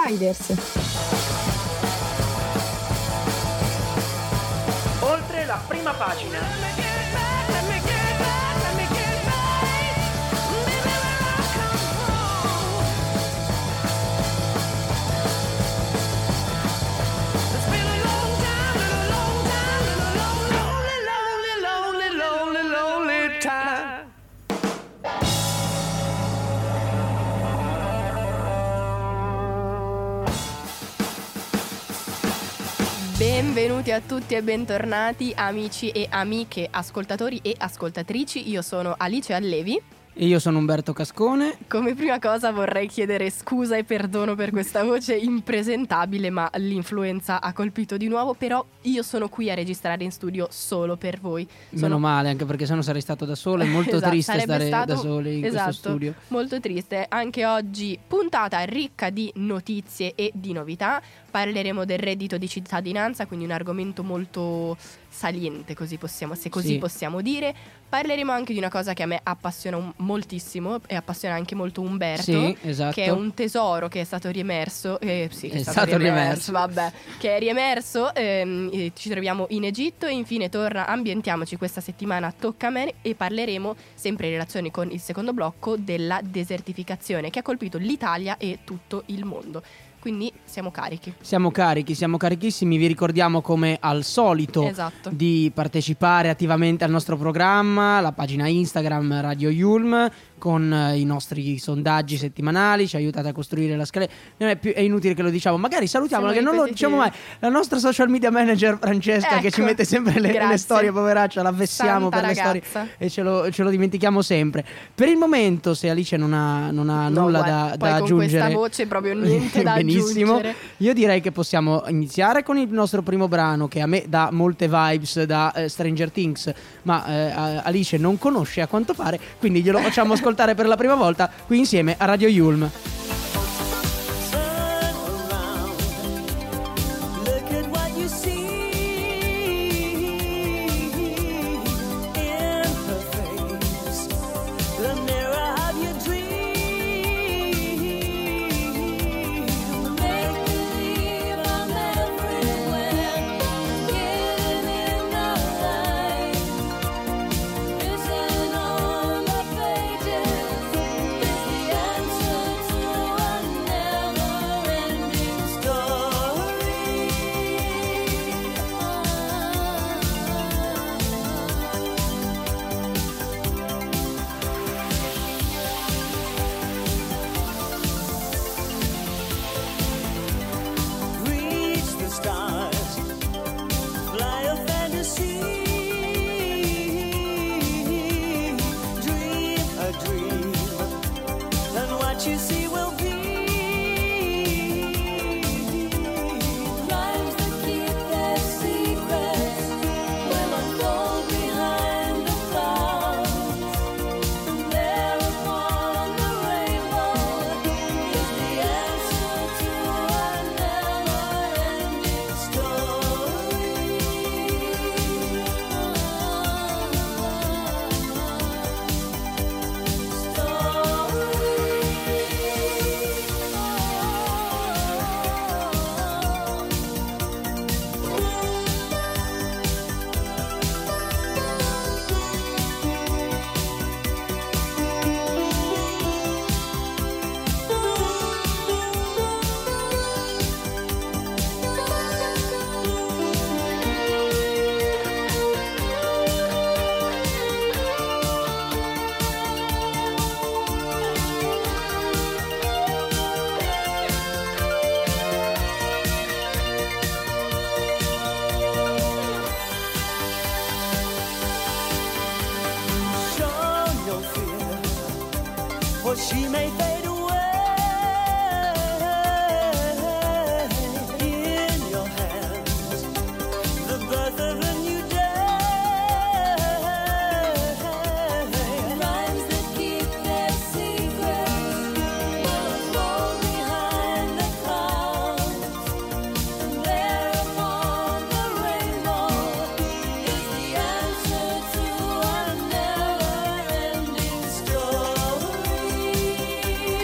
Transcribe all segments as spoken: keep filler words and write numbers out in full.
Riders. Oltre la prima pagina. Benvenuti a tutti e bentornati amici e amiche, ascoltatori e ascoltatrici. Io sono Alice Allevi. E io sono Umberto Cascone. Come prima cosa vorrei chiedere scusa e perdono per questa voce impresentabile, ma l'influenza ha colpito di nuovo. Però io sono qui a registrare in studio solo per voi. Meno sono... male, anche perché sennò sarei stato da solo. È molto esatto, triste stare stato... da soli in esatto, questo studio. Molto triste. Anche oggi puntata ricca di notizie e di novità. Parleremo del reddito di cittadinanza, quindi un argomento molto saliente, così possiamo, se così sì. possiamo dire. Parleremo anche di una cosa che a me appassiona un, moltissimo e appassiona anche molto Umberto, sì, esatto. che è un tesoro che è stato riemerso, eh, sì, che è, è stato, stato riemerso, riemerso, vabbè, che è riemerso. Ehm, e ci troviamo in Egitto e infine torna Ambientiamoci questa settimana, tocca a me, e parleremo sempre in relazione con il secondo blocco della desertificazione che ha colpito l'Italia e tutto il mondo. Quindi siamo carichi. Siamo carichi, siamo carichissimi. Vi ricordiamo come al solito esatto. di partecipare attivamente al nostro programma, la pagina Instagram Radio Yulm, con i nostri sondaggi settimanali. Ci aiutate a costruire la scaletta. Non è, più, è inutile che lo diciamo. Magari salutiamola, che non lo diciamo mai. La nostra social media manager Francesca, ecco, che ci mette sempre le, le storie, poveraccia, la vessiamo Santa per ragazza. le storie e ce lo, ce lo dimentichiamo sempre. Per il momento, se Alice non ha, non ha no, nulla guarda, da, poi da con aggiungere, questa voce proprio niente da benissimo, aggiungere. Io direi che possiamo iniziare con il nostro primo brano, che a me dà molte vibes da eh, Stranger Things, ma eh, Alice non conosce a quanto pare, quindi glielo facciamo ascoltare per la prima volta qui insieme a Radio Yulm. She may fade away in your hands, the birth of a new day. Rhymes that keep their secrets will fall behind the clouds, and there upon the rainbow is the answer to our never-ending story.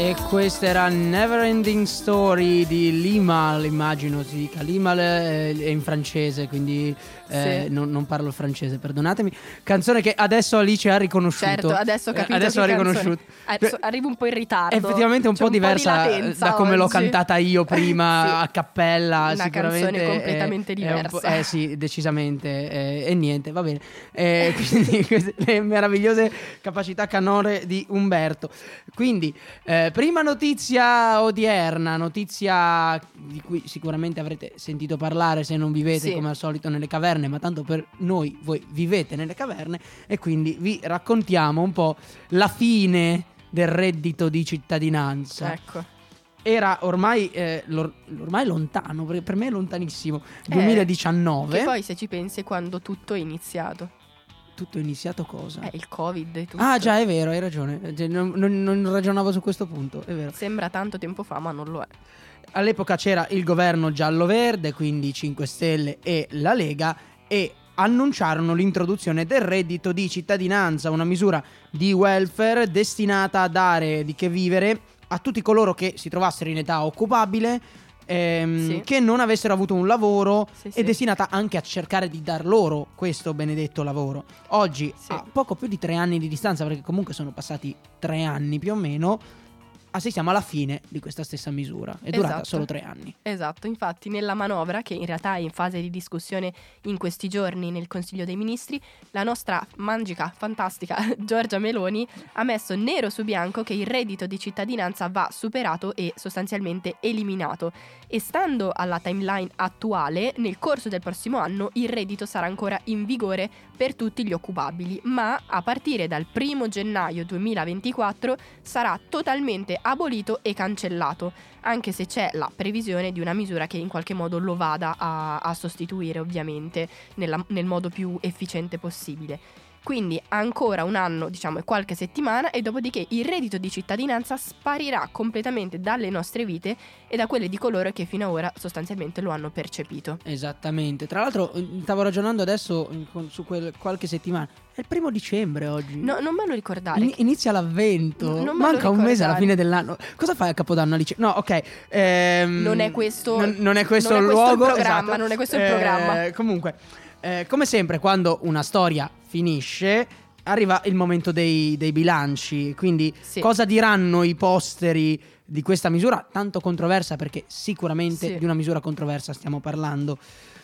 E questa era Neverending Story di Limahl, immagino si dica. Limahl è in francese, quindi eh, Sì. non, non parlo il francese, perdonatemi. Canzone che adesso Alice ha riconosciuto. Certo, adesso ho capito Eh, adesso che ha riconosciuto. canzone. Adesso arrivo un po' in ritardo. È effettivamente un C'è po' diversa di latenza da come l'ho oggi. cantata io prima Sì. a cappella. Una Sicuramente canzone completamente è- è un po'- diversa. eh sì, decisamente. eh, e niente, va bene. Eh, quindi queste le meravigliose capacità canore di Umberto. Quindi, eh, prima notizia odierna, notizia di cui sicuramente avrete sentito parlare se non vivete Sì. come al solito nelle caverne, ma tanto per noi voi vivete nelle caverne e quindi vi raccontiamo un po' la fine del reddito di cittadinanza. Ecco. Era ormai, eh, l'or- ormai lontano, perché per me è lontanissimo, Eh, duemiladiciannove. Che poi se ci pensi quando tutto è iniziato. Tutto è iniziato cosa? Eh, il Covid e tutto. Ah già, è vero, hai ragione. Cioè, Non, non- non ragionavo su questo punto, è vero. Sembra tanto tempo fa, ma non lo è. All'epoca c'era il governo giallo-verde, quindi cinque Stelle e la Lega, e annunciarono l'introduzione del reddito di cittadinanza, una misura di welfare destinata a dare di che vivere a tutti coloro che si trovassero in età occupabile, ehm, Sì. che non avessero avuto un lavoro, Sì, e sì. destinata anche a cercare di dar loro questo benedetto lavoro. Oggi, Sì. a poco più di tre anni di distanza, perché comunque sono passati tre anni più o meno, assistiamo alla fine di questa stessa misura. È durata Esatto. solo tre anni. Esatto, infatti nella manovra, che in realtà è in fase di discussione in questi giorni nel Consiglio dei Ministri, la nostra magica, fantastica Giorgia Meloni ha messo nero su bianco che il reddito di cittadinanza va superato e sostanzialmente eliminato. E stando alla timeline attuale, nel corso del prossimo anno il reddito sarà ancora in vigore per tutti gli occupabili, ma a partire dal primo gennaio duemilaventiquattro sarà totalmente abolito e cancellato, anche se c'è la previsione di una misura che in qualche modo lo vada a, a sostituire, ovviamente nella- nel modo più efficiente possibile. Quindi ancora un anno, diciamo, e qualche settimana, e dopodiché il reddito di cittadinanza sparirà completamente dalle nostre vite e da quelle di coloro che fino ad ora sostanzialmente lo hanno percepito. Esattamente. Tra l'altro, eh, stavo ragionando adesso eh, con- su quel qualche settimana. È il primo dicembre oggi. No, non me lo ricordare. In- inizia l'avvento. N- non me lo Manca un mese alla ricordare. fine dell'anno. Cosa fai a Capodanno, Alice? No, ok. ehm, Non è questo- Non, non è questo non è il questo il luogo. programma, esatto. non è questo il Eh, programma. Comunque, eh, come sempre, quando una storia finisce, arriva il momento dei, dei bilanci. Quindi, Sì. cosa diranno i posteri di questa misura? Tanto controversa, perché sicuramente Sì. di una misura controversa stiamo parlando.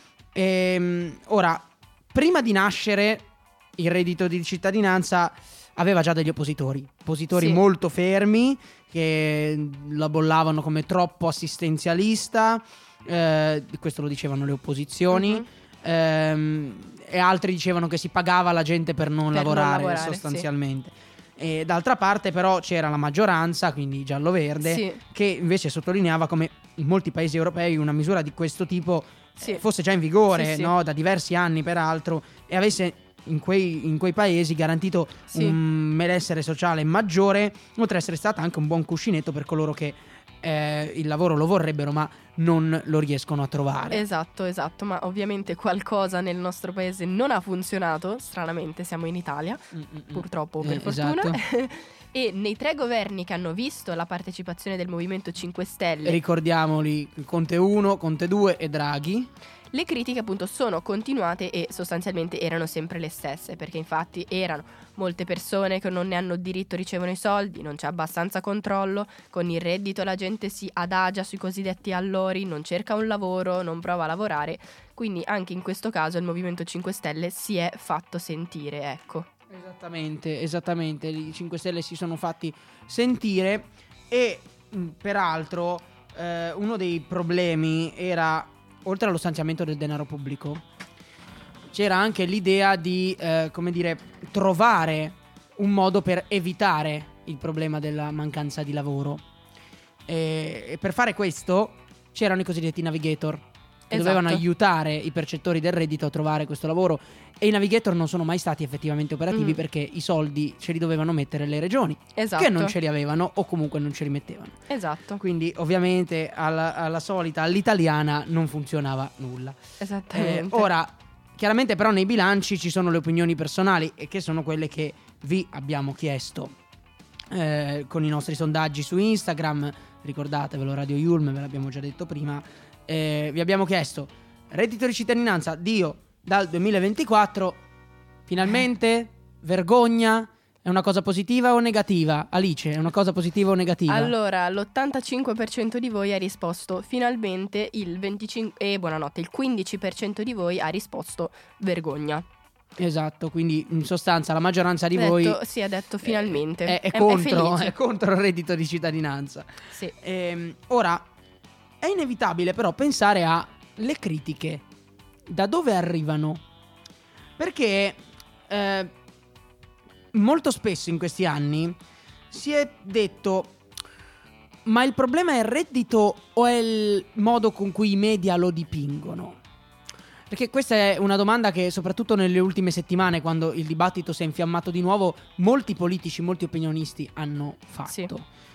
Ehm, ora, prima di nascere, il reddito di cittadinanza aveva già degli oppositori, oppositori Sì. molto fermi che la bollavano come troppo assistenzialista, eh, questo lo dicevano le opposizioni, Mhm. ehm, e altri dicevano che si pagava la gente per non Per non lavorare, lavorare, sostanzialmente. E d'altra parte però c'era la maggioranza, quindi giallo-verde, Sì. che invece sottolineava come in molti paesi europei una misura di questo tipo Sì. eh, fosse già in vigore, Sì, sì. no? Da diversi anni peraltro, e avesse in quei, in quei paesi garantito Sì. un benessere sociale maggiore, oltre ad essere stata anche un buon cuscinetto per coloro che eh, il lavoro lo vorrebbero ma non lo riescono a trovare. Esatto, esatto, ma ovviamente qualcosa nel nostro paese non ha funzionato, stranamente siamo in Italia, Mm, mm, mm. purtroppo o per Eh, fortuna. esatto. E nei tre governi che hanno visto la partecipazione del Movimento cinque Stelle, Ricordiamoli, Conte uno, Conte due e Draghi. le critiche appunto sono continuate e sostanzialmente erano sempre le stesse, perché infatti erano molte persone che non ne hanno diritto ricevono i soldi, non c'è abbastanza controllo, con il reddito la gente si adagia sui cosiddetti allori, non cerca un lavoro, non prova a lavorare, quindi anche in questo caso il Movimento cinque Stelle si è fatto sentire, ecco. Esattamente, esattamente. I cinque Stelle si sono fatti sentire e mh, peraltro eh, uno dei problemi era, oltre allo stanziamento del denaro pubblico, c'era anche l'idea di, eh, come dire, trovare un modo per evitare il problema della mancanza di lavoro. E, e per fare questo c'erano i cosiddetti navigator, che Esatto. dovevano aiutare i percettori del reddito a trovare questo lavoro. E i navigator non sono mai stati effettivamente operativi Mm. perché i soldi ce li dovevano mettere le regioni, Esatto. che non ce li avevano o comunque non ce li mettevano. Esatto, Quindi ovviamente alla, alla solita, all'italiana, non funzionava nulla. Eh, esattamente. ora, chiaramente però nei bilanci ci sono le opinioni personali, e che sono quelle che vi abbiamo chiesto. eh, con i nostri sondaggi su Instagram, ricordatevelo, Radio Yulm, ve l'abbiamo già detto prima. Eh, vi abbiamo chiesto reddito di cittadinanza, Dio, dal duemilaventiquattro, finalmente, vergogna, è una cosa positiva o negativa? Alice, è una cosa positiva o negativa? Allora, l'ottantacinque per cento di voi ha risposto finalmente, il venticinque e buonanotte, il quindici per cento di voi ha risposto vergogna. Esatto, quindi in sostanza la maggioranza di Ha voi detto, sì, ha detto finalmente. è, è È- è contro, felice. è contro il reddito di cittadinanza. Sì. Ehm, ora, è inevitabile però pensare alle critiche. Da dove arrivano? Perché eh, molto spesso in questi anni si è detto: ma il problema è il reddito o è il modo con cui i media lo dipingono? Perché questa è una domanda che soprattutto nelle ultime settimane, quando il dibattito si è infiammato di nuovo, molti politici, molti opinionisti hanno fatto. Sì.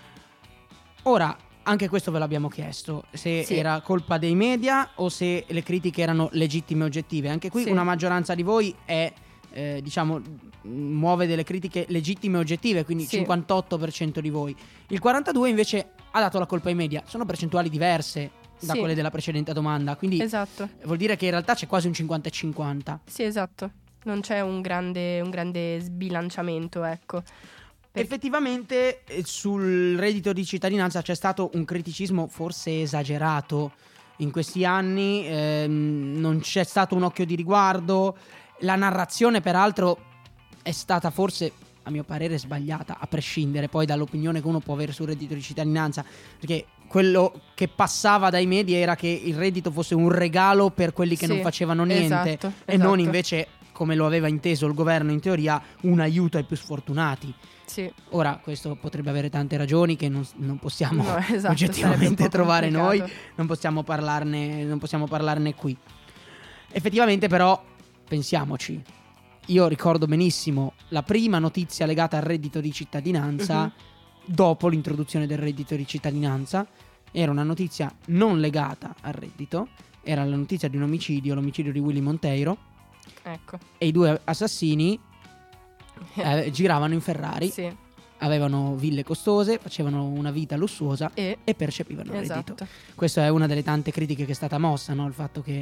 Ora, anche questo ve l'abbiamo chiesto, se Sì. era colpa dei media o se le critiche erano legittime e oggettive. Anche qui Sì. una maggioranza di voi è, eh, diciamo, muove delle critiche legittime e oggettive, quindi Sì. cinquantotto per cento di voi. Il quarantadue per cento invece ha dato la colpa ai media. Sono percentuali diverse da Sì. quelle della precedente domanda, quindi Esatto. vuol dire che in realtà c'è quasi un cinquanta e cinquanta. Sì, esatto. Non c'è un grande, un grande sbilanciamento, ecco. Per- Effettivamente eh, sul reddito di cittadinanza c'è stato un criticismo forse esagerato in questi anni, ehm, non c'è stato un occhio di riguardo, la narrazione peraltro è stata forse a mio parere sbagliata, a prescindere poi dall'opinione che uno può avere sul reddito di cittadinanza, perché quello che passava dai media era che il reddito fosse un regalo per quelli che Sì, non facevano niente, esatto, e non esatto. invece, come lo aveva inteso il governo in teoria, un aiuto ai più sfortunati. Sì. Ora, questo potrebbe avere tante ragioni che non, non possiamo No, esatto, sarebbe un oggettivamente po' trovare noi, complicato. non possiamo parlarne, non possiamo parlarne qui. Effettivamente però, pensiamoci, io ricordo benissimo la prima notizia legata al reddito di cittadinanza Mhm. dopo l'introduzione del reddito di cittadinanza. Era una notizia non legata al reddito, era la notizia di un omicidio, l'omicidio di Willy Monteiro, Ecco. e i due assassini eh, giravano in Ferrari, Sì. avevano ville costose, facevano una vita lussuosa E e percepivano il reddito. esatto. Questa è una delle tante critiche che è stata mossa, no? Il fatto che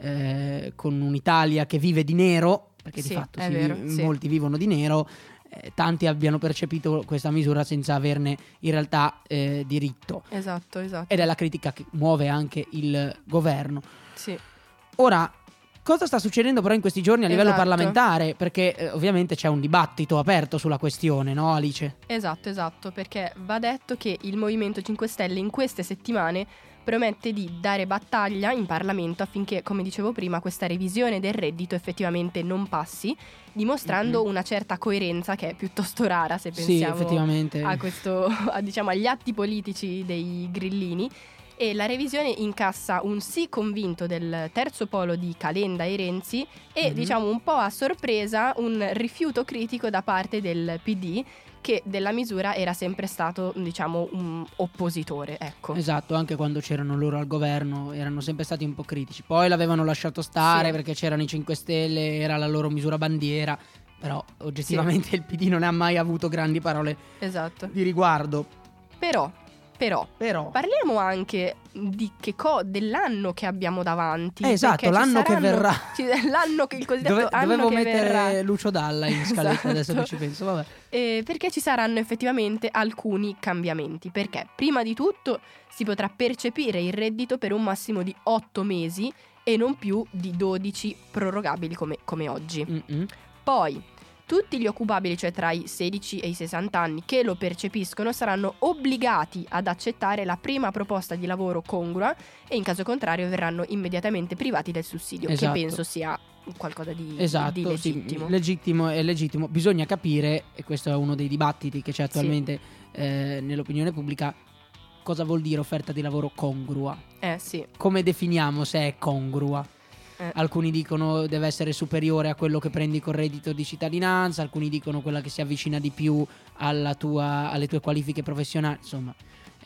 eh, con un'Italia che vive di nero, perché Sì, di fatto è si vero, vi- sì. molti vivono di nero, eh, tanti abbiano percepito questa misura senza averne in realtà eh, diritto. Esatto, esatto. Ed è la critica che muove anche il governo. Sì. Ora, cosa sta succedendo però in questi giorni a livello Esatto. parlamentare? Perché eh, ovviamente c'è un dibattito aperto sulla questione, no Alice? Esatto, esatto, perché va detto che il Movimento cinque Stelle in queste settimane promette di dare battaglia in Parlamento affinché, come dicevo prima, questa revisione del reddito effettivamente non passi, dimostrando Mhm. una certa coerenza che è piuttosto rara se Sì, pensiamo effettivamente. a questo, a, diciamo, agli atti politici dei grillini. E la revisione incassa un sì convinto del terzo polo di Calenda e Renzi e, Mhm. diciamo, un po' a sorpresa un rifiuto critico da parte del P D, che della misura era sempre stato, diciamo, un oppositore, ecco. Esatto, anche quando c'erano loro al governo erano sempre stati un po' critici. Poi l'avevano lasciato stare Sì. perché c'erano i cinque Stelle, era la loro misura bandiera. Però oggettivamente il P D non ha mai avuto grandi parole Esatto. di riguardo. Però, però, Però parliamo anche di che co- dell'anno che abbiamo davanti. Eh, esatto, perché ci l'anno che saranno- verrà. ci- l'anno che il cosiddetto dove- anno dovevo che mettere verrà. Lucio Dalla in scaletta Esatto. adesso che ci penso. Vabbè. Eh, perché ci saranno effettivamente alcuni cambiamenti. Perché prima di tutto si potrà percepire il reddito per un massimo di otto mesi e non più di dodici prorogabili come, come oggi. Mm-mm. Poi tutti gli occupabili, cioè tra i sedici e i sessanta anni, che lo percepiscono saranno obbligati ad accettare la prima proposta di lavoro congrua e in caso contrario verranno immediatamente privati del sussidio, Esatto. che penso sia qualcosa di, Esatto, di legittimo. sì, legittimo è legittimo. Bisogna capire, e questo è uno dei dibattiti che c'è attualmente eh, nell'opinione pubblica, cosa vuol dire offerta di lavoro congrua. Eh sì, Come definiamo se è congrua? Eh. Alcuni dicono deve essere superiore a quello che prendi col reddito di cittadinanza, alcuni dicono quella che si avvicina di più alla tua, alle tue qualifiche professionali. Insomma,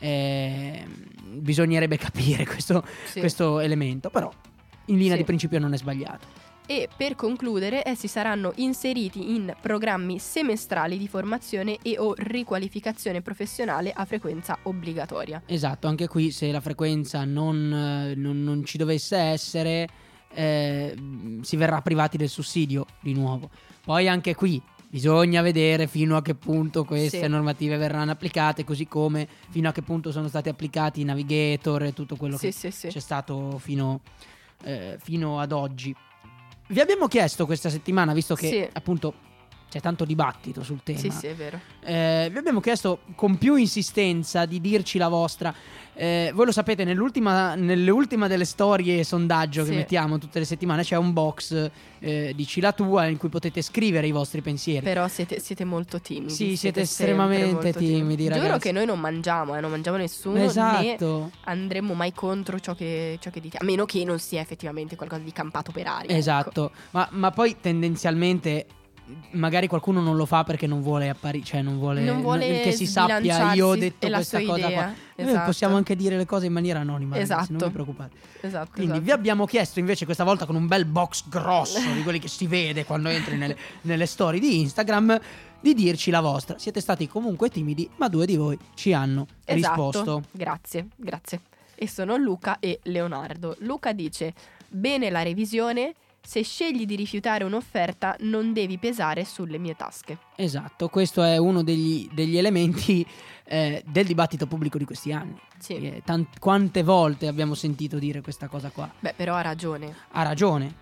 eh, bisognerebbe capire questo, sì. questo elemento, però in linea Sì. di principio non è sbagliato. E per concludere, essi saranno inseriti in programmi semestrali di formazione e o riqualificazione professionale a frequenza obbligatoria. Esatto, anche qui se la frequenza non, eh, non, non ci dovesse essere, eh, si verrà privati del sussidio di nuovo. Poi anche qui bisogna vedere fino a che punto queste Sì. normative verranno applicate, così come fino a che punto sono stati applicati i navigator e tutto quello Sì, che sì, sì. c'è stato fino, eh, fino ad oggi. Vi abbiamo chiesto questa settimana, visto che Sì. appunto c'è tanto dibattito sul tema, Sì, sì, è vero. eh, vi abbiamo chiesto con più insistenza di dirci la vostra. Eh, voi lo sapete, nell'ultima, nell'ultima delle storie sondaggio che Sì. mettiamo tutte le settimane c'è un box, eh, dici la tua, in cui potete scrivere i vostri pensieri. Però siete, siete molto timidi. Sì, siete sempre estremamente molto timidi, Giuro ragazzi. che noi non mangiamo, eh, non mangiamo nessuno, né Esatto. andremo mai contro ciò che, ciò che dite. A meno che non sia effettivamente qualcosa di campato per aria. ecco. Esatto, ma, ma poi tendenzialmente magari qualcuno non lo fa perché non vuole apparire, cioè non vuole, Non vuole che si sappia sbilanciarsi io ho detto e la questa sua cosa idea. qua. Noi Esatto. possiamo anche dire le cose in maniera anonima, ragazzi, non Esatto. vi preoccupate. Esatto, Quindi esatto. vi abbiamo chiesto invece questa volta con un bel box grosso di quelli che si vede quando entri nelle, nelle storie di Instagram, di dirci la vostra. Siete stati comunque timidi, ma due di voi ci hanno Esatto. risposto. Grazie, grazie. E sono Luca e Leonardo. Luca dice: bene la revisione, se scegli di rifiutare un'offerta non devi pesare sulle mie tasche. Esatto, questo è uno degli, degli elementi eh, del dibattito pubblico di questi anni. Sì. Eh, tant- quante volte abbiamo sentito dire questa cosa qua? Beh, però ha ragione. Ha ragione.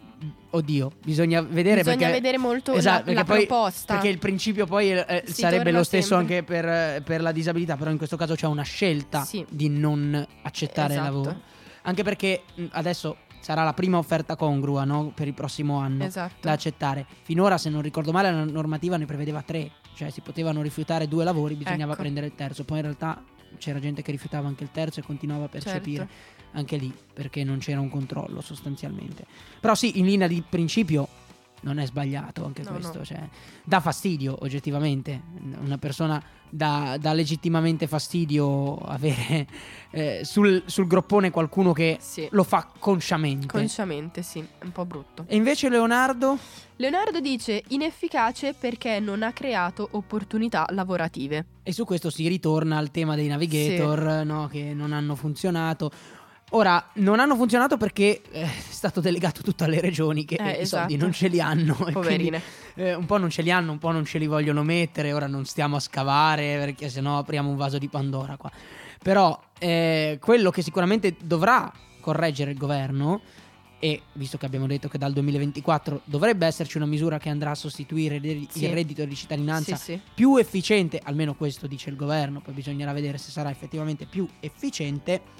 Oddio, bisogna vedere Bisogna perché... vedere molto Esatto, la, la perché poi- proposta. Perché il principio poi eh, Si sarebbe torna lo stesso sempre. anche per, per la disabilità, però in questo caso c'è una scelta Sì. di non accettare il Esatto. lavoro. Anche perché mh, adesso sarà la prima offerta congrua, no? Per il prossimo anno Esatto. da accettare. Finora, se non ricordo male, la normativa ne prevedeva tre, cioè si potevano rifiutare due lavori, bisognava Ecco. prendere il terzo. Poi in realtà c'era gente che rifiutava anche il terzo e continuava a percepire Certo. anche lì, perché non c'era un controllo sostanzialmente. Però sì, in linea di principio non è sbagliato anche No, questo, no. cioè dà fastidio oggettivamente. Una persona dà, dà legittimamente fastidio avere eh, sul, sul groppone qualcuno che Sì. lo fa consciamente. Consciamente, sì, è un po' brutto. E invece Leonardo? Leonardo dice inefficace perché non ha creato opportunità lavorative. E su questo si ritorna al tema dei navigator, no, che non hanno funzionato. Ora, non hanno funzionato perché eh, è stato delegato tutto alle regioni che Eh, i soldi esatto. non ce li hanno. e Poverine. quindi, eh, un po' non ce li hanno, un po' non ce li vogliono mettere. Ora non stiamo a scavare perché sennò apriamo un vaso di Pandora qua. Però eh, quello che sicuramente dovrà correggere il governo, e visto che abbiamo detto che dal duemilaventiquattro dovrebbe esserci una misura che andrà a sostituire il Sì. il reddito di cittadinanza Sì, sì. più efficiente, almeno questo dice il governo, poi bisognerà vedere se sarà effettivamente più efficiente.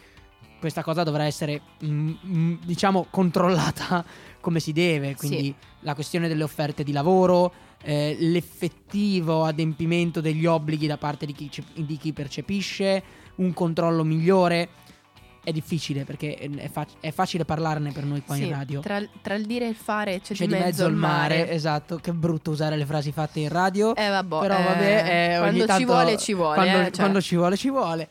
Questa cosa dovrà essere mm, mm, diciamo controllata come si deve, quindi Sì. la questione delle offerte di lavoro, eh, l'effettivo adempimento degli obblighi da parte di chi, cep- di chi percepisce, un controllo migliore. È difficile perché è, fa- è facile parlarne per noi qua Sì, in radio. Tra, tra il dire e il fare c'è, C'è di mezzo il mare, esatto, che brutto usare le frasi fatte in radio. Eh vabbè, Però eh, vabbè, eh, ogni quando ci tanto- vuole ci vuole. Quando, eh, cioè. quando ci vuole ci vuole.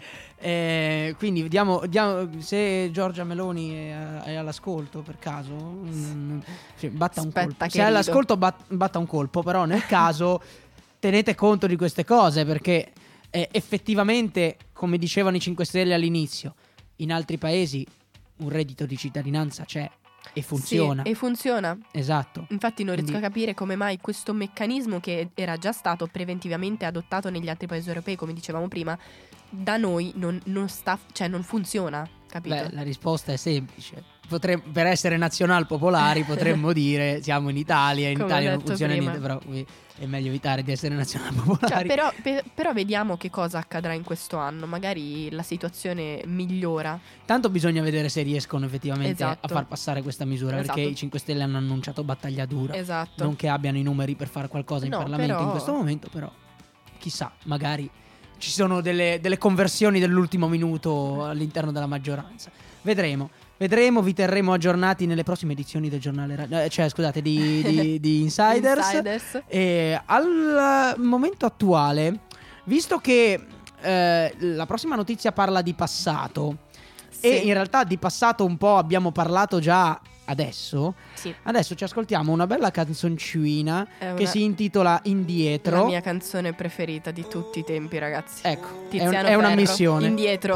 Eh, quindi diamo, diamo- se Giorgia Meloni è, è all'ascolto per caso, mm, sì, batta un Aspetta colpo. che Se è rido. all'ascolto bat- batta un colpo, però nel caso tenete conto di queste cose perché eh, effettivamente, come dicevano i cinque Stelle all'inizio, in altri paesi un reddito di cittadinanza c'è e funziona. Sì, e funziona. Esatto. Infatti non riesco Quindi- a capire come mai questo meccanismo che era già stato preventivamente adottato negli altri paesi europei, come dicevamo prima, da noi non, non sta, cioè non funziona, capito? Beh, la risposta è semplice. Potremmo, per essere nazional popolari potremmo dire siamo in Italia, in Come Italia ho non detto funziona prima. niente, però qui è meglio evitare di essere nazional Cioè, popolari. però, pe- però vediamo che cosa accadrà in questo anno. Magari la situazione migliora. Tanto bisogna vedere se riescono effettivamente Esatto. a far passare questa misura, Esatto. perché i cinque Stelle hanno annunciato battaglia dura. Esatto. Non che abbiano i numeri per fare qualcosa in No, Parlamento però- in questo momento, però chissà, magari ci sono delle, delle conversioni dell'ultimo minuto all'interno della maggioranza. Vedremo. Vedremo, vi terremo aggiornati nelle prossime edizioni del giornale, ra- eh, cioè scusate, di, di, di Insiders. Insiders. E al momento attuale, visto che eh, la prossima notizia parla di passato, Sì. e in realtà di passato un po' abbiamo parlato già adesso, Sì, adesso ci ascoltiamo una bella canzoncina è una- che si intitola Indietro. la mia canzone preferita di tutti i tempi, ragazzi. Ecco, è, un- Tiziano è una Ferro, missione. Indietro.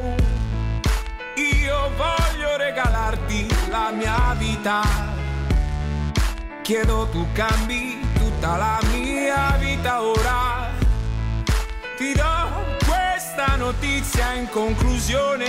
Io voglio regalarti la mia vita. Chiedo tu cambi tutta la mia vita ora. Ti do questa notizia in conclusione.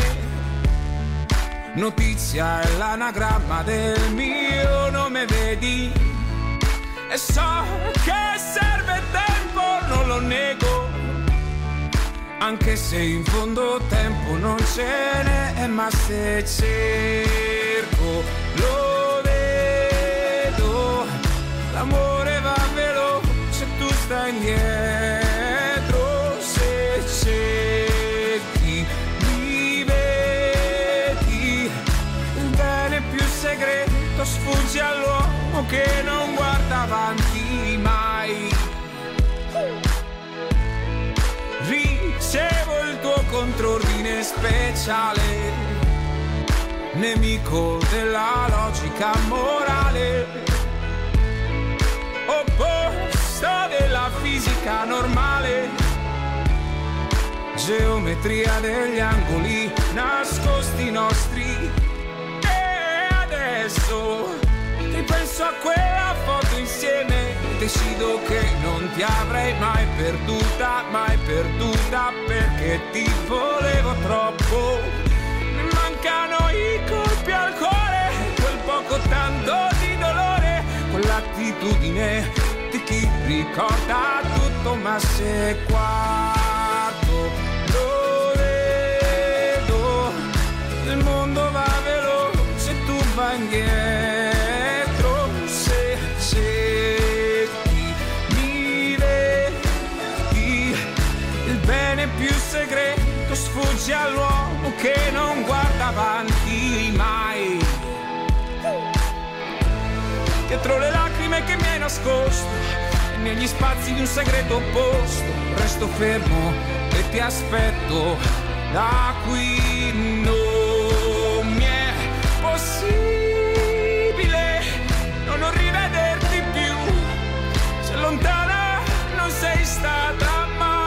Notizia è l'anagramma del mio nome, vedi? E so che serve tempo, non lo nego. Anche se in fondo tempo non ce n'è, ma se cerco lo vedo. L'amore va veloce, tu stai indietro. Se cerchi mi vedi. Il bene più segreto sfugge all'uomo che non guarda avanti mai. Ricevo il tuo contrordine speciale, nemico della logica morale, opposto della fisica normale, geometria degli angoli nascosti nostri. E adesso ripenso a quella foto insieme, decido che non ti avrei mai perduta, mai perduta, perché ti volevo troppo. Mi mancano i colpi al cuore, quel poco tanto di dolore, quell'attitudine di chi ricorda tutto, ma se guardo lo vedo. Il mondo va veloce, tu vai indietro. Più segreto sfugge all'uomo che non guarda avanti mai. Dietro le lacrime che mi hai nascosto, e negli spazi di un segreto posto, resto fermo e ti aspetto. Da qui non mi è possibile non rivederti più. Se lontana non sei stata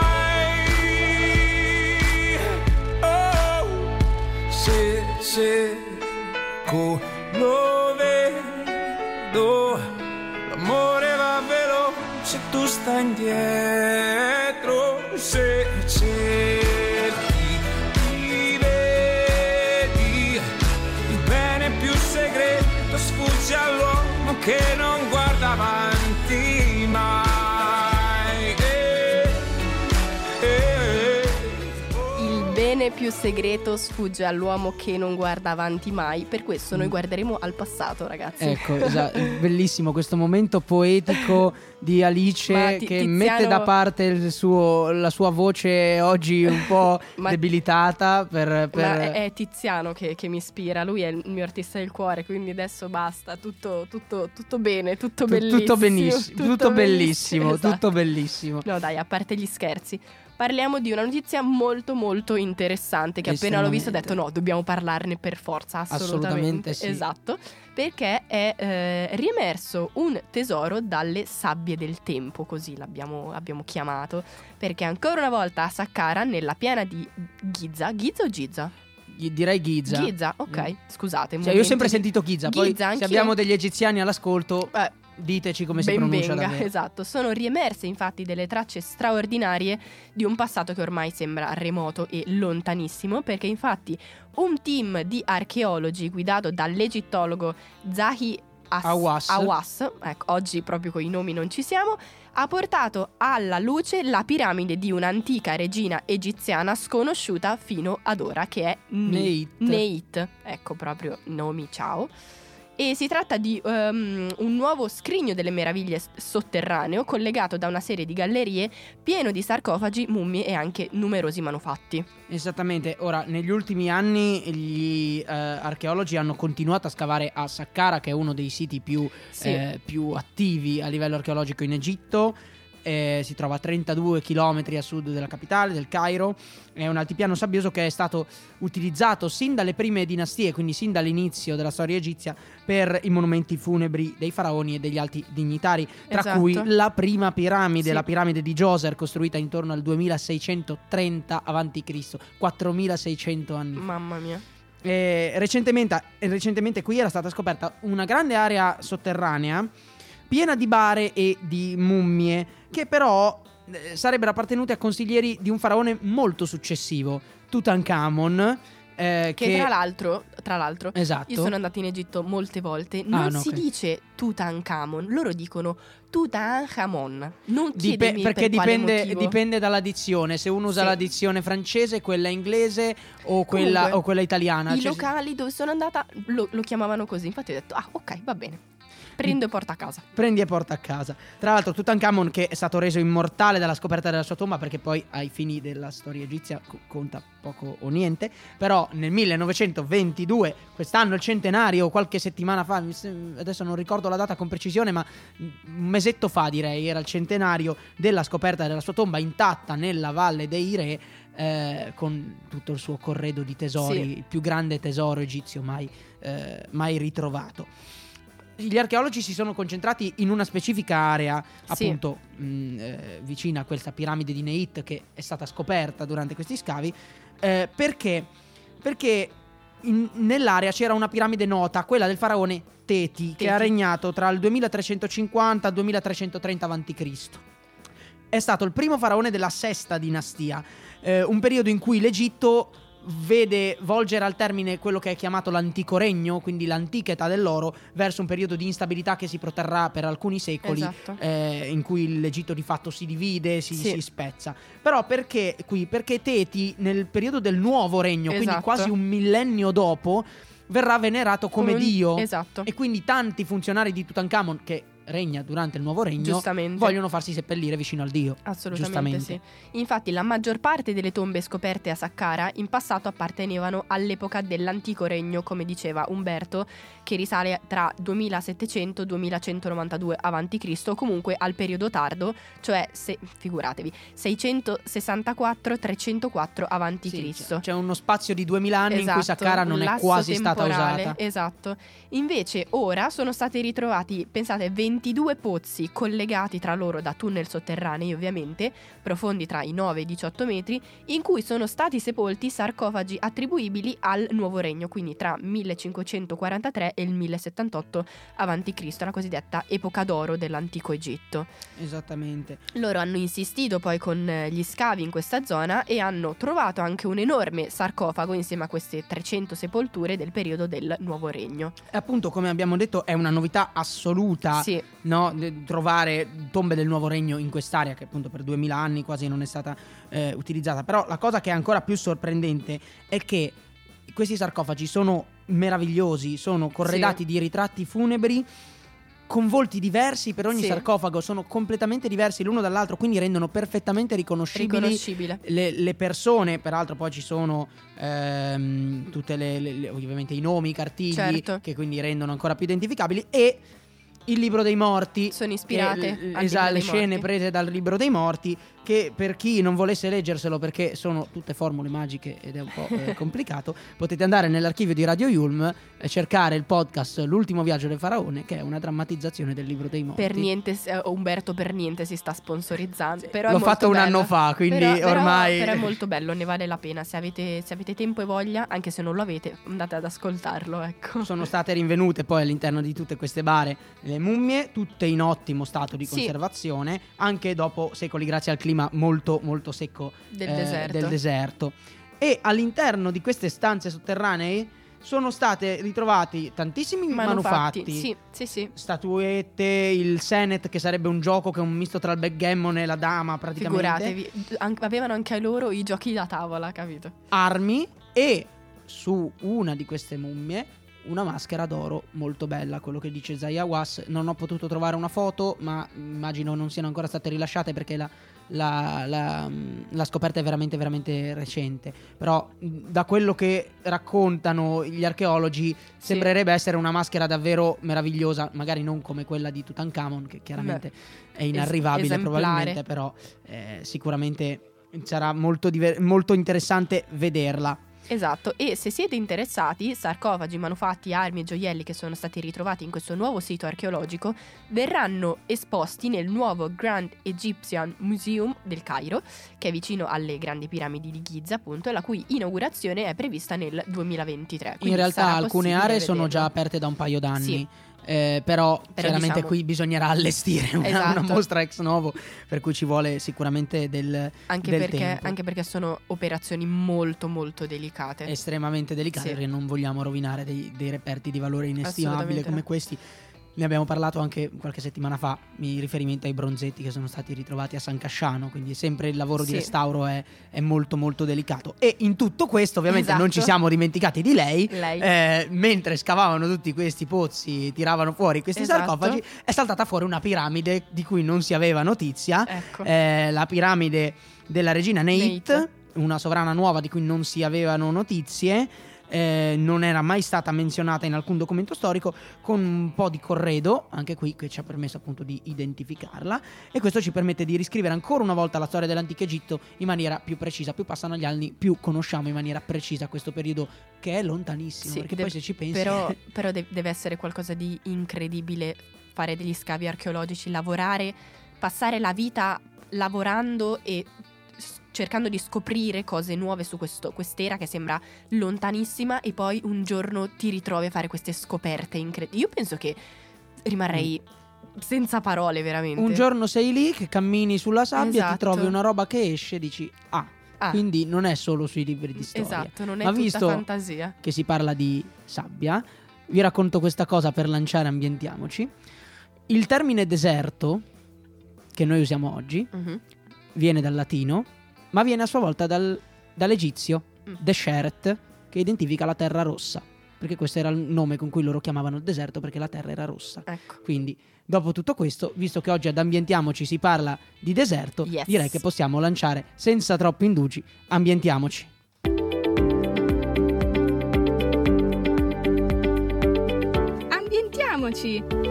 cerco, lo vedo. L'amore va veloce, tu stai indietro. Se cerchi mi vedi. Il bene più segreto sfugge all'uomo che non guarda avanti mai. Il bene più segreto sfugge all'uomo che non guarda avanti mai. Per questo noi guarderemo al passato, ragazzi. Ecco, esatto, bellissimo questo momento poetico di Alice Ma che Ti- Tiziano- mette da parte il suo- la sua voce oggi un po' Ma- debilitata per, per... Ma è, è Tiziano che, che mi ispira, lui è il mio artista del cuore, quindi adesso basta, tutto, tutto, tutto bene, tutto Tu- bellissimo. tutto benissimo, tutto bellissimo, esatto. tutto bellissimo. No dai, a parte gli scherzi, parliamo di una notizia molto molto interessante che appena l'ho visto ho detto no, dobbiamo parlarne per forza, assolutamente. Assolutamente sì. Esatto, perché è eh, riemerso un tesoro dalle sabbie del tempo, così l'abbiamo abbiamo chiamato, perché ancora una volta a Saqqara, nella piana di Giza, Giza o Giza? Ghi- Direi Giza. Giza, ok, scusate. un Cioè, io ho momento sempre di- sentito Giza, poi Giza, se anch'io. abbiamo degli egiziani all'ascolto, Eh, diteci come si ben pronuncia venga, davvero. esatto. Sono riemerse infatti delle tracce straordinarie di un passato che ormai sembra remoto e lontanissimo, perché infatti un team di archeologi guidato dall'egittologo Zahi As- Hawass. Hawass, ecco, oggi proprio con i nomi non ci siamo, ha portato alla luce la piramide di un'antica regina egiziana sconosciuta fino ad ora, che è Neit. Neit. Neit. Ecco proprio nomi, ciao. E si tratta di um, un nuovo scrigno delle meraviglie s- sotterraneo collegato da una serie di gallerie pieno di sarcofagi, mummie e anche numerosi manufatti. Esattamente, ora negli ultimi anni gli eh, archeologi hanno continuato a scavare a Saqqara, che è uno dei siti più, Sì. eh, più attivi a livello archeologico in Egitto, eh, si trova a trentadue chilometri a sud della capitale, del Cairo. È un altipiano sabbioso che è stato utilizzato sin dalle prime dinastie, quindi sin dall'inizio della storia egizia, per i monumenti funebri dei faraoni e degli alti dignitari, tra Esatto. cui la prima piramide, Sì. la piramide di Djoser, costruita intorno al duemilaseicentotrenta avanti Cristo, quattromilaseicento anni fa. Mamma mia. E recentemente, recentemente qui era stata scoperta una grande area sotterranea piena di bare e di mummie che però eh, sarebbero appartenute a consiglieri di un faraone molto successivo, Tutankhamon, eh, Che, tra l'altro, tra l'altro, esatto. io sono andata in Egitto molte volte. Non Ah, no, si ok. dice Tutankhamon, loro dicono Tutankhamon. Non Dipe- chiedemi perché per quale dipende, motivo. dipende dalla dizione. Se uno usa Sì. la dizione francese, quella inglese o quella, Comunque, o quella italiana. I Cioè, locali dove sono andata lo, lo chiamavano così. Infatti ho detto, ah, ok, va bene. Prendo e porto a casa. prendi e porta a casa. Tra l'altro Tutankhamon, che è stato reso immortale dalla scoperta della sua tomba, perché poi ai fini della storia egizia co- conta poco o niente, però nel millenovecentoventidue, quest'anno il centenario, qualche settimana fa, mi sem- adesso non ricordo la data con precisione, ma un mesetto fa direi, era il centenario della scoperta della sua tomba intatta nella Valle dei Re, eh, con tutto il suo corredo di tesori, Sì. il più grande tesoro egizio mai, eh, mai ritrovato. Gli archeologi si sono concentrati in una specifica area, Sì. appunto mh, eh, vicina a questa piramide di Neit che è stata scoperta durante questi scavi, eh, perché, perché in- nell'area c'era una piramide nota, quella del faraone Teti, Teti. che ha regnato tra il duemilatrecentocinquanta e il duemilatrecentotrenta avanti Cristo. È stato il primo faraone della sesta dinastia, eh, un periodo in cui l'Egitto vede volgere al termine quello che è chiamato l'antico regno, quindi l'antica età dell'oro, verso un periodo di instabilità che si protrarrà per alcuni secoli, Esatto. eh, in cui l'Egitto di fatto si divide, si, Sì. si spezza. Però perché qui? Perché Teti nel periodo del nuovo regno, quindi Esatto. quasi un millennio dopo, verrà venerato come, Come un- dio. esatto. E quindi tanti funzionari di Tutankhamon, che regna durante il nuovo regno, Giustamente. vogliono farsi seppellire vicino al dio. Assolutamente Giustamente. sì. Infatti la maggior parte delle tombe scoperte a Saqqara in passato appartenevano all'epoca dell'antico regno, come diceva Umberto, che risale tra duemilasettecento e duemilacentonovantadue avanti Cristo, o comunque al periodo tardo, cioè se, figuratevi, seicentosessantaquattro trecentoquattro avanti Sì, Cristo. c'è, c'è uno spazio di duemila anni in cui Esatto, Saqqara non un è lasso quasi stata temporale, usata. Esatto. Invece ora sono stati ritrovati, pensate, ventidue pozzi collegati tra loro da tunnel sotterranei, ovviamente, profondi tra i nove e i diciotto metri, in cui sono stati sepolti sarcofagi attribuibili al nuovo regno, quindi tra millecinquecentoquarantatré e il millesettantotto avanti Cristo, la cosiddetta epoca d'oro dell'antico Egitto. Esattamente. Loro hanno insistito poi con eh, gli scavi in questa zona e hanno trovato anche un enorme sarcofago insieme a queste trecento sepolture del periodo del Nuovo Regno. E appunto, come abbiamo detto, è una novità assoluta, Sì, no? De- trovare tombe del nuovo regno in quest'area, che appunto per duemila anni quasi non è stata eh, utilizzata. Però la cosa che è ancora più sorprendente è che questi sarcofagi sono meravigliosi, sono corredati Sì. di ritratti funebri con volti diversi per ogni Sì. sarcofago, sono completamente diversi l'uno dall'altro, quindi rendono perfettamente riconoscibili riconoscibile. le, le persone. Peraltro poi ci sono ehm, tutte le, le- le- ovviamente i nomi, i cartigli, Certo. che quindi rendono ancora più identificabili, e il libro dei morti, Sono ispirate che- al libro esatto, le dei scene morti. prese dal libro dei morti, che per chi non volesse leggerselo perché sono tutte formule magiche ed è un po' eh, complicato, potete andare nell'archivio di Radio Yulm e cercare il podcast L'ultimo viaggio del faraone, che è una drammatizzazione del libro dei morti. Per niente, eh, Umberto per niente si sta sponsorizzando. Però è L'ho molto fatto un bello. anno fa, quindi Però- però- ormai Però è molto bello, ne vale la pena. Se avete, se avete tempo e voglia, anche se non lo avete, andate ad ascoltarlo, ecco. sono state rinvenute poi all'interno di tutte queste bare le mummie, tutte in ottimo stato di Sì. conservazione, anche dopo secoli, grazie al clima molto molto secco Del eh, deserto. del deserto. E all'interno di queste stanze sotterranee sono state ritrovati tantissimi manufatti, Sì, sì, sì. statuette, il Senet, che sarebbe un gioco che è un misto tra il backgammon e la dama praticamente, Figuratevi, an- avevano anche loro i giochi da tavola, capito? armi, e su una di queste mummie una maschera d'oro molto bella, quello che dice Zaya Was. Non ho potuto trovare una foto, ma immagino non siano ancora state rilasciate perché la la, la, la scoperta è veramente veramente recente. Però da quello che raccontano gli archeologi sembrerebbe essere una maschera davvero meravigliosa, magari non come quella di Tutankhamon, che chiaramente Beh, è inarrivabile es- probabilmente, però eh, sicuramente sarà molto, diver- molto interessante vederla. Esatto, e se siete interessati, sarcofagi, manufatti, armi e gioielli che sono stati ritrovati in questo nuovo sito archeologico verranno esposti nel nuovo Grand Egyptian Museum del Cairo, che è vicino alle grandi piramidi di Giza, appunto, la cui inaugurazione è prevista nel duemilaventitré. In realtà alcune aree sono già aperte da un paio d'anni. Sì. Eh, però, però chiaramente diciamo, qui bisognerà allestire una, esatto. una mostra ex novo, per cui ci vuole sicuramente del, anche del perché, tempo. Anche perché sono operazioni molto molto delicate. Estremamente delicate, sì. Perché non vogliamo rovinare dei, dei reperti di valore inestimabile come questi. Ne abbiamo parlato anche qualche settimana fa, in riferimento ai bronzetti che sono stati ritrovati a San Casciano, quindi sempre il lavoro sì. di restauro è, è molto molto delicato. E in tutto questo ovviamente esatto. non ci siamo dimenticati di lei, lei. Eh, mentre scavavano tutti questi pozzi, tiravano fuori questi esatto. sarcofagi, è saltata fuori una piramide di cui non si aveva notizia, ecco. eh, la piramide della regina Neit, Neit, una sovrana nuova di cui non si avevano notizie. Eh, non era mai stata menzionata in alcun documento storico, con un po' di corredo anche qui che ci ha permesso appunto di identificarla, e questo ci permette di riscrivere ancora una volta la storia dell'antico Egitto in maniera più precisa. Più passano gli anni, più conosciamo in maniera precisa questo periodo che è lontanissimo, sì, perché deve, poi se ci pensi però, però deve essere qualcosa di incredibile fare degli scavi archeologici, lavorare, passare la vita lavorando e cercando di scoprire cose nuove su questo, quest'era che sembra lontanissima, e poi un giorno ti ritrovi a fare queste scoperte incredibili. Io penso che rimarrei mm. senza parole, veramente. Un giorno sei lì che cammini sulla sabbia, esatto. ti trovi una roba che esce e dici ah, ah, quindi non è solo sui libri di storia. Esatto, non è Ma tutta visto fantasia. Che si parla di sabbia, vi racconto questa cosa per lanciare Ambientiamoci. Il termine deserto che noi usiamo oggi uh-huh. viene dal latino, ma viene a sua volta dal, dall'egizio mm. desert, che identifica la terra rossa, perché questo era il nome con cui loro chiamavano il deserto, perché la terra era rossa. Ecco. Quindi dopo tutto questo, visto che oggi ad Ambientiamoci si parla di deserto, yes. direi che possiamo lanciare senza troppi indugi Ambientiamoci. Ambientiamoci.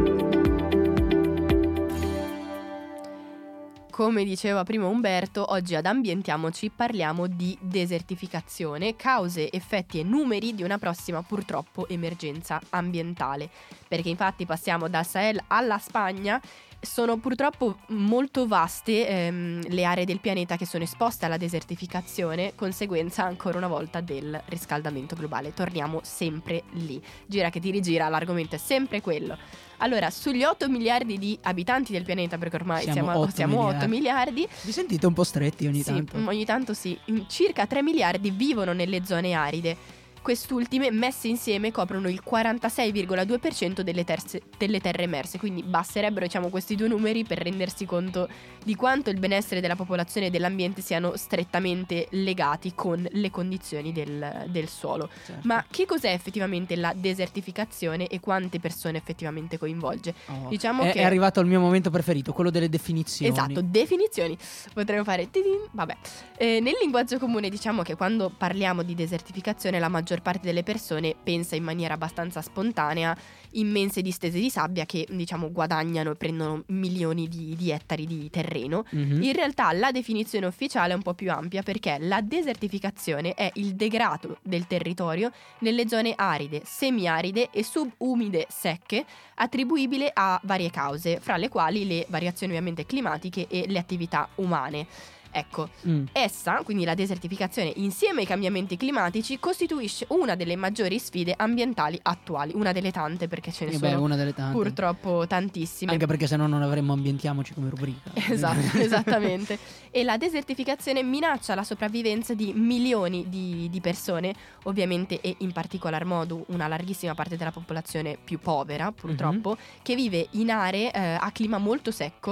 Come diceva prima Umberto, oggi ad Ambientiamoci parliamo di desertificazione, cause, effetti e numeri di una prossima purtroppo emergenza ambientale. Perché infatti passiamo dal Sahel alla Spagna. Sono purtroppo molto vaste ehm, le aree del pianeta che sono esposte alla desertificazione, conseguenza ancora una volta del riscaldamento globale. Torniamo sempre lì. Gira che ti rigira, l'argomento è sempre quello. Allora, sugli otto miliardi di abitanti del pianeta, perché ormai siamo, siamo, otto, siamo miliardi. otto miliardi. Vi sentite un po' stretti ogni sì, tanto? ogni tanto sì. Circa tre miliardi vivono nelle zone aride. Quest'ultime messe insieme coprono il quarantasei virgola due per cento delle, terze, delle terre emerse, quindi basterebbero diciamo questi due numeri per rendersi conto di quanto il benessere della popolazione e dell'ambiente siano strettamente legati con le condizioni del, del suolo. Certo. Ma che cos'è effettivamente la desertificazione e quante persone effettivamente coinvolge? Oh, diciamo è, che è arrivato il mio momento preferito, quello delle definizioni. Esatto, definizioni. Potremmo fare tidin, vabbè. Eh, nel linguaggio comune diciamo che quando parliamo di desertificazione la maggior parte delle persone pensa in maniera abbastanza spontanea immense distese di sabbia che diciamo guadagnano e prendono milioni di, di ettari di terreno. Mm-hmm. In realtà la definizione ufficiale è un po' più ampia, perché la desertificazione è il degrado del territorio nelle zone aride, semiaride e subumide secche, attribuibile a varie cause, fra le quali le variazioni ovviamente climatiche e le attività umane. Ecco, mm. essa, quindi la desertificazione, insieme ai cambiamenti climatici, costituisce una delle maggiori sfide ambientali attuali. Una delle tante, perché ce ne eh sono beh, una delle tante. purtroppo tantissime. Anche perché se no non avremmo Ambientiamoci come rubrica. Esatto, esattamente. E la desertificazione minaccia la sopravvivenza di milioni di, di persone, ovviamente, e in particolar modo una larghissima parte della popolazione più povera, purtroppo, mm-hmm. che vive in aree eh, a clima molto secco,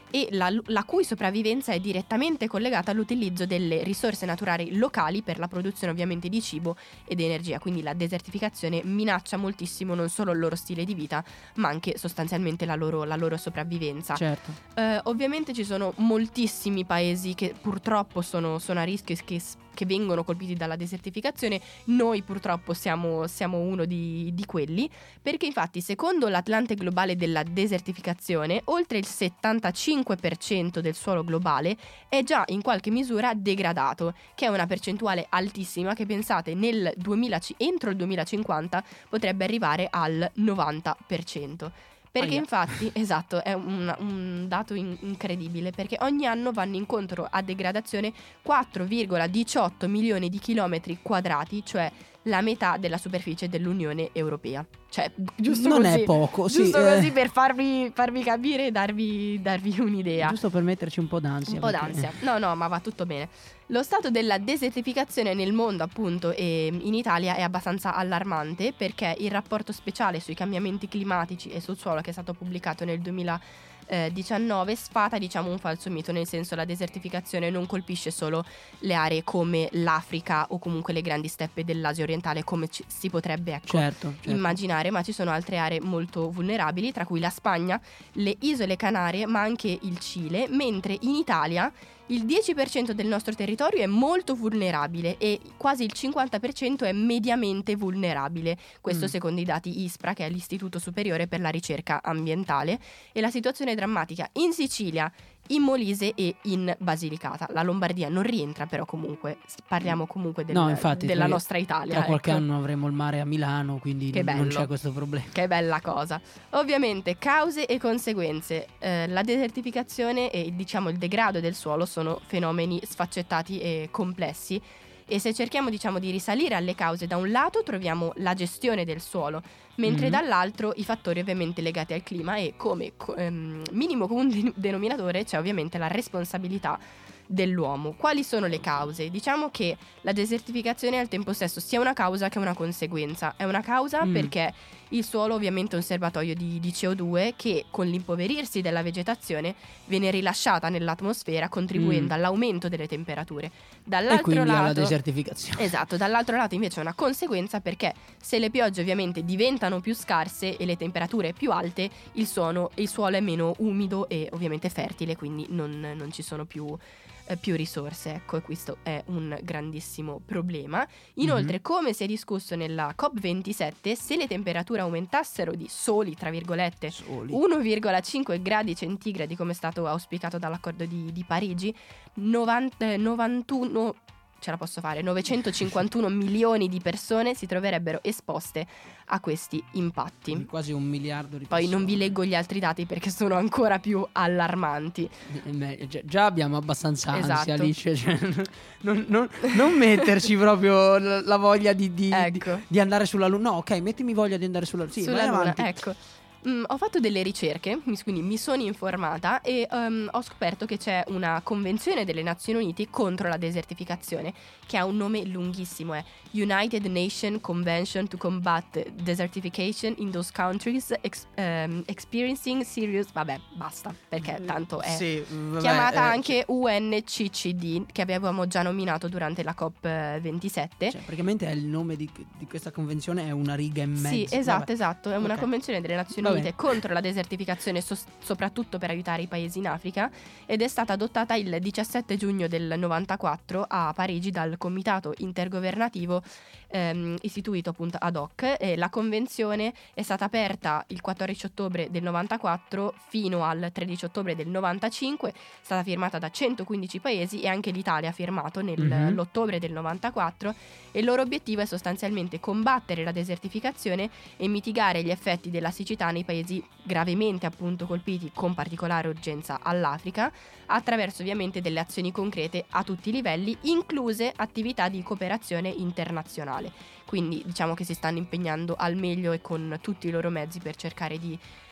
e la, la cui sopravvivenza è direttamente collegata all'utilizzo delle risorse naturali locali per la produzione ovviamente di cibo ed energia. Quindi la desertificazione minaccia moltissimo non solo il loro stile di vita, ma anche sostanzialmente la loro, la loro sopravvivenza. Certo. Eh, ovviamente ci sono moltissimi paesi che purtroppo sono, sono a rischio e che, che vengono colpiti dalla desertificazione. Noi purtroppo siamo, siamo uno di, di quelli, perché infatti secondo l'Atlante globale della desertificazione oltre il settantacinque per cento del suolo globale è già in qualche misura degradato, che è una percentuale altissima che pensate nel duemila, entro il duemilacinquanta potrebbe arrivare al novanta per cento. Perché Aia. infatti, esatto, è un, un dato in- incredibile, perché ogni anno vanno incontro a degradazione quattro virgola diciotto milioni di chilometri quadrati, cioè la metà della superficie dell'Unione Europea. Cioè, giusto Non così, è poco, sì, giusto eh. così per farvi, farvi capire e darvi, darvi un'idea. Giusto per metterci un po' d'ansia. Un po' perché- d'ansia. No, no, ma va tutto bene. Lo stato della desertificazione nel mondo, appunto, e in Italia è abbastanza allarmante, perché il rapporto speciale sui cambiamenti climatici e sul suolo, che è stato pubblicato nel duemiladiciannove, sfata, diciamo, un falso mito, nel senso la desertificazione non colpisce solo le aree come l'Africa o comunque le grandi steppe dell'Asia orientale, come ci- si potrebbe, ecco, Certo, certo. immaginare, ma ci sono altre aree molto vulnerabili, tra cui la Spagna, le isole Canarie, ma anche il Cile, mentre in Italia il dieci per cento del nostro territorio è molto vulnerabile e quasi il cinquanta per cento è mediamente vulnerabile, questo Mm. secondo i dati ISPRA, che è l'Istituto Superiore per la Ricerca Ambientale, e la situazione è drammatica in Sicilia, in Molise e in Basilicata. La Lombardia non rientra, però comunque parliamo comunque del- No, infatti, della tra- nostra Italia. Tra qualche ecco. anno avremo il mare a Milano, quindi Che non bello. c'è questo problema. Che bella cosa. Ovviamente cause e conseguenze. Eh, la desertificazione e diciamo il degrado del suolo sono fenomeni sfaccettati e complessi, e se cerchiamo diciamo di risalire alle cause, da un lato troviamo la gestione del suolo, mentre Mhm. dall'altro i fattori ovviamente legati al clima, e come co- ehm, minimo comune denominatore c'è ovviamente la responsabilità dell'uomo. Quali sono le cause? Diciamo che la desertificazione è al tempo stesso sia una causa che una conseguenza. È una causa Mm. perché il suolo ovviamente è un serbatoio di, di C O due che con l'impoverirsi della vegetazione viene rilasciata nell'atmosfera, contribuendo Mm. all'aumento delle temperature. E Dall'altro quindi alla lato desertificazione. Esatto, dall'altro lato invece è una conseguenza, perché se le piogge ovviamente diventano più scarse e le temperature più alte, il, suono, il suolo è meno umido e ovviamente fertile, quindi non, non ci sono più, eh, più risorse, ecco, e questo è un grandissimo problema. Inoltre, Mhm. come si è discusso nella COP ventisette, se le temperature aumentassero di soli, tra virgolette, Soli. uno virgola cinque gradi centigradi, come è stato auspicato dall'accordo di, di Parigi, novanta, novantuno, ce la posso fare, novecentocinquantuno milioni di persone si troverebbero esposte a questi impatti. Quasi un miliardo di Poi non vi persone. leggo gli altri dati perché sono ancora più allarmanti. Eh, beh, già, già abbiamo abbastanza ansia, Esatto. Alice, cioè, non, non- non metterci proprio la, la voglia di, di- Ecco. di- di andare sulla Luna. No, ok, mettimi voglia di andare sulla Luna. Sì, Sulla vai Luna, avanti. ecco. Mm, ho fatto delle ricerche, mi- quindi mi sono informata e ehm, ho scoperto che c'è una convenzione delle Nazioni Unite contro la desertificazione, che ha un nome lunghissimo, è United Nations Convention to Combat Desertification in those countries ex- ehm, experiencing serious... Vabbè, basta, perché tanto è... Sì, vabbè, chiamata eh, anche U N C C D, che avevamo già nominato durante la COP ventisette. Cioè, praticamente è il nome di, di questa convenzione, è una riga e mezza. Sì, esatto, Vabbè. esatto. È una Ok. convenzione delle Nazioni Va Unite bene. contro la desertificazione, sos- soprattutto per aiutare i paesi in Africa, ed è stata adottata il diciassette giugno del novantaquattro a Parigi dal Comitato Intergovernativo ehm, istituito appunto ad hoc. E la convenzione è stata aperta il quattordici ottobre del novantaquattro fino al tredici ottobre del novantacinque, è stata firmata da centoquindici paesi e anche l'Italia ha firmato nell'ottobre Mhm. del novantaquattro, e il loro obiettivo è sostanzialmente combattere la desertificazione e mitigare gli effetti della siccità nei paesi gravemente appunto colpiti, con particolare urgenza all'Africa, attraverso ovviamente delle azioni concrete a tutti i livelli, incluse attività di cooperazione internazionale. Quindi diciamo che si stanno impegnando al meglio e con tutti i loro mezzi per cercare di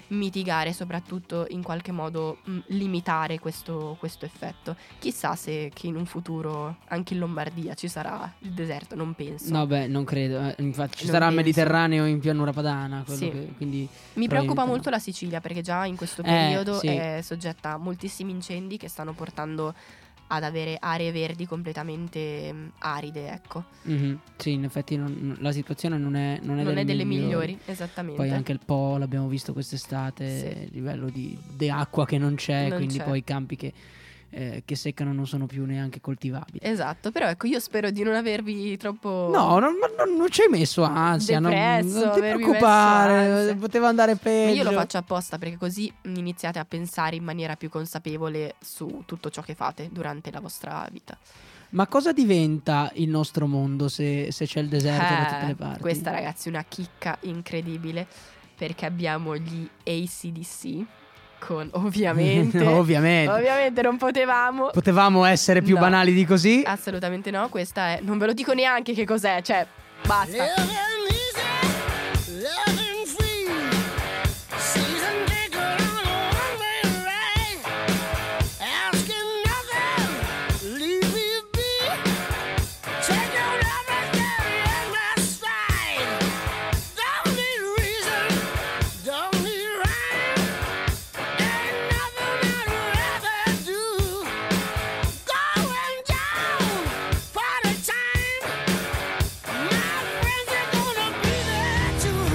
mitigare, soprattutto in qualche modo mh, limitare questo, questo effetto. Chissà se che in un futuro anche in Lombardia ci sarà il deserto, non penso. No, beh, non credo. eh, Infatti ci Non sarà il penso. Mediterraneo in pianura padana. quello Sì. che- quindi Mi preoccupa probabilmente molto no. la Sicilia, perché già in questo Eh, periodo sì. è soggetta a moltissimi incendi che stanno portando ad avere aree verdi completamente mh, aride, ecco. Mhm. Sì, in effetti non- la situazione non è, non è Non delle è delle migliori, esattamente. Poi anche il Po l'abbiamo visto quest'estate, Sì. a livello di, di acqua che non c'è, Non quindi c'è. poi i campi che, eh, che seccano non sono più neanche coltivabili. Esatto, però ecco, io spero di non avervi troppo No, non, ma non, non ci hai messo ansia, non, Depresso, non ti avervi preoccupare, messo ansia. poteva andare Ma peggio. io lo faccio apposta, perché così mh, iniziate a pensare in maniera più consapevole su tutto ciò che fate durante la vostra vita. Ma cosa diventa il nostro mondo se, se c'è il deserto da tutte Eh, le parti? Questa, ragazzi, è una chicca incredibile, perché abbiamo gli A C D C con ovviamente Ovviamente. ovviamente non potevamo Potevamo essere più No. banali di così? assolutamente no. Questa è, non ve lo dico neanche che cos'è, cioè basta. Living easy, loving free. Season ticket on a one-way ride. Asking nothing, leave me be. Take your love and carry in my stride. Don't need reason, don't need rhyme. Ain't nothing I'd rather do. Going down, party time. My friends are gonna be there too.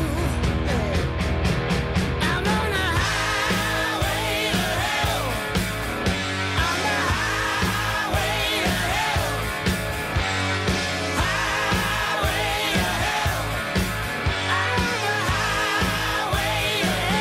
I'm on the highway to hell. On the highway to hell. Highway to hell. I'm on the highway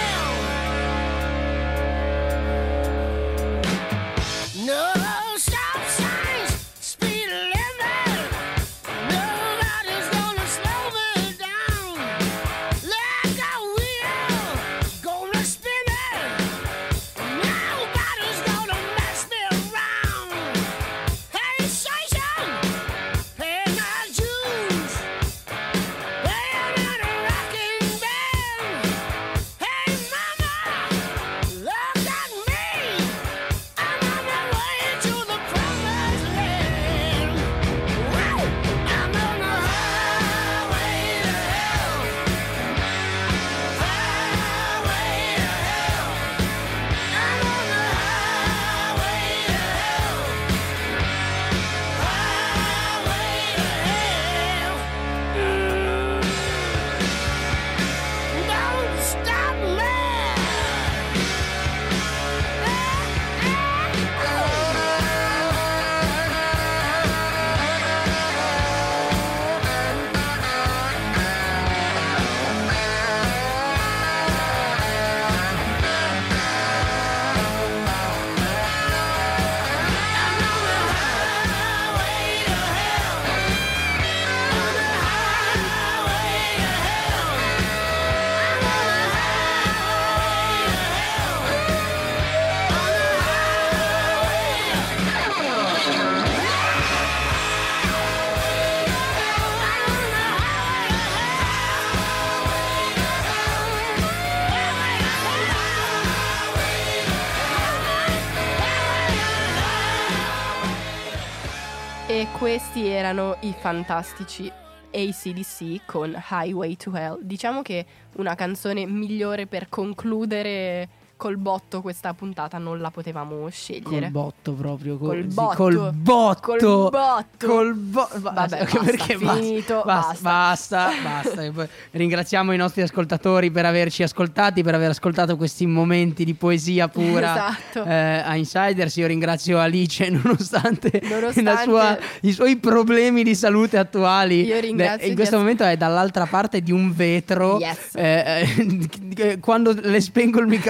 to hell. No stop signs, speed limit. Nobody's gonna slow me down. Like a wheel, gonna spin it. Nobody's gonna mess me around. Hey, station, pay my dues. Playing at a rocking band. Hey, mama, look at me. I'm on my way to the promised land. Woo! I'm on the highway to hell. Highway to hell. I'm on the highway to hell. Highway to hell. Don't stop me. E questi erano i fantastici A C D C con Highway to Hell. Diciamo che una canzone migliore per concludere col botto questa puntata non la potevamo scegliere. Col botto proprio. col- Col sì, botto. Col botto. Col botto. Col botto. Vabbè, Anche basta, perché finito, basta. Basta, basta. E poi ringraziamo i nostri ascoltatori per averci ascoltati, per aver ascoltato questi momenti di poesia pura. Esatto. eh, a Insiders. Io ringrazio Alice nonostante, Nonostante- la sua- i suoi problemi di salute attuali. Io ringrazio Beh, in di questo ess- momento è dall'altra parte di un vetro. Yes. Eh, eh, quando le spengo il microfono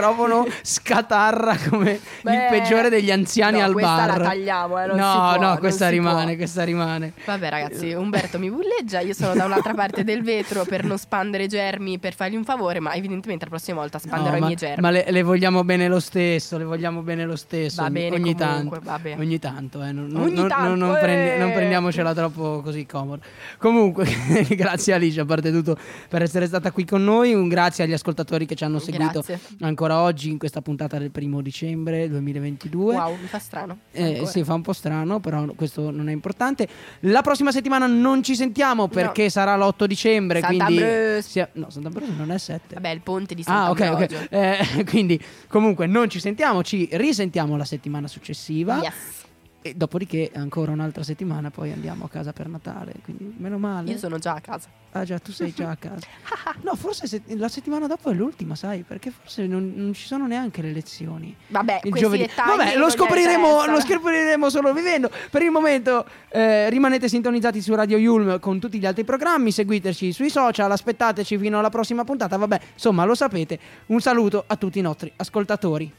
Stefano scatarra come Beh, il peggiore degli anziani no, al questa bar. la tagliamo, eh, non no, si può, no, non questa si rimane, può. questa rimane. Vabbè ragazzi, Umberto mi bulleggia, io sono da un'altra parte del vetro per non spandere germi, per fargli un favore, ma evidentemente la prossima volta spanderò No, i ma, miei germi. ma le, le vogliamo bene lo stesso, le vogliamo bene lo stesso. Va ogni- bene ogni comunque, tanto. va bene. Ogni tanto, eh, non, non- Ogni non- tanto, non prendi- eh. non prendiamocela troppo così comodo. Comunque, grazie Alicia, a parte tutto, per essere stata qui con noi. Un grazie agli ascoltatori che ci hanno seguito Grazie. ancora oggi in questa puntata del primo dicembre duemilaventidue. Wow, mi fa strano. Eh, Ancora. sì, fa un po' strano, però questo non è importante. La prossima settimana non ci sentiamo perché No. sarà l'otto dicembre. quindi Sant'Ambrosio. sia- No, Sant'Ambrosio non è sette. Vabbè, il ponte di Ah, ok, Sant'Ambrogio. ok. Eh, quindi comunque non ci sentiamo, ci risentiamo la settimana successiva. Yes. E dopodiché ancora un'altra settimana poi andiamo a casa per Natale. Quindi meno male. Io sono già a casa. Ah già, tu sei già a casa. No, forse se- la settimana dopo è l'ultima, sai? Perché forse non, non ci sono neanche le lezioni. Vabbè, Il questi giovedì. dettagli Vabbè, lo non gli scopriremo, interessano. lo scopriremo solo vivendo. Per il momento eh, rimanete sintonizzati su Radio Yulm con tutti gli altri programmi, seguiteci sui social, aspettateci fino alla prossima puntata. Vabbè, insomma, lo sapete. Un saluto a tutti i nostri ascoltatori.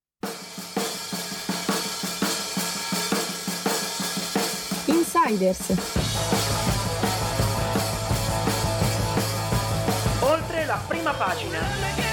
Insiders. Oltre la prima pagina.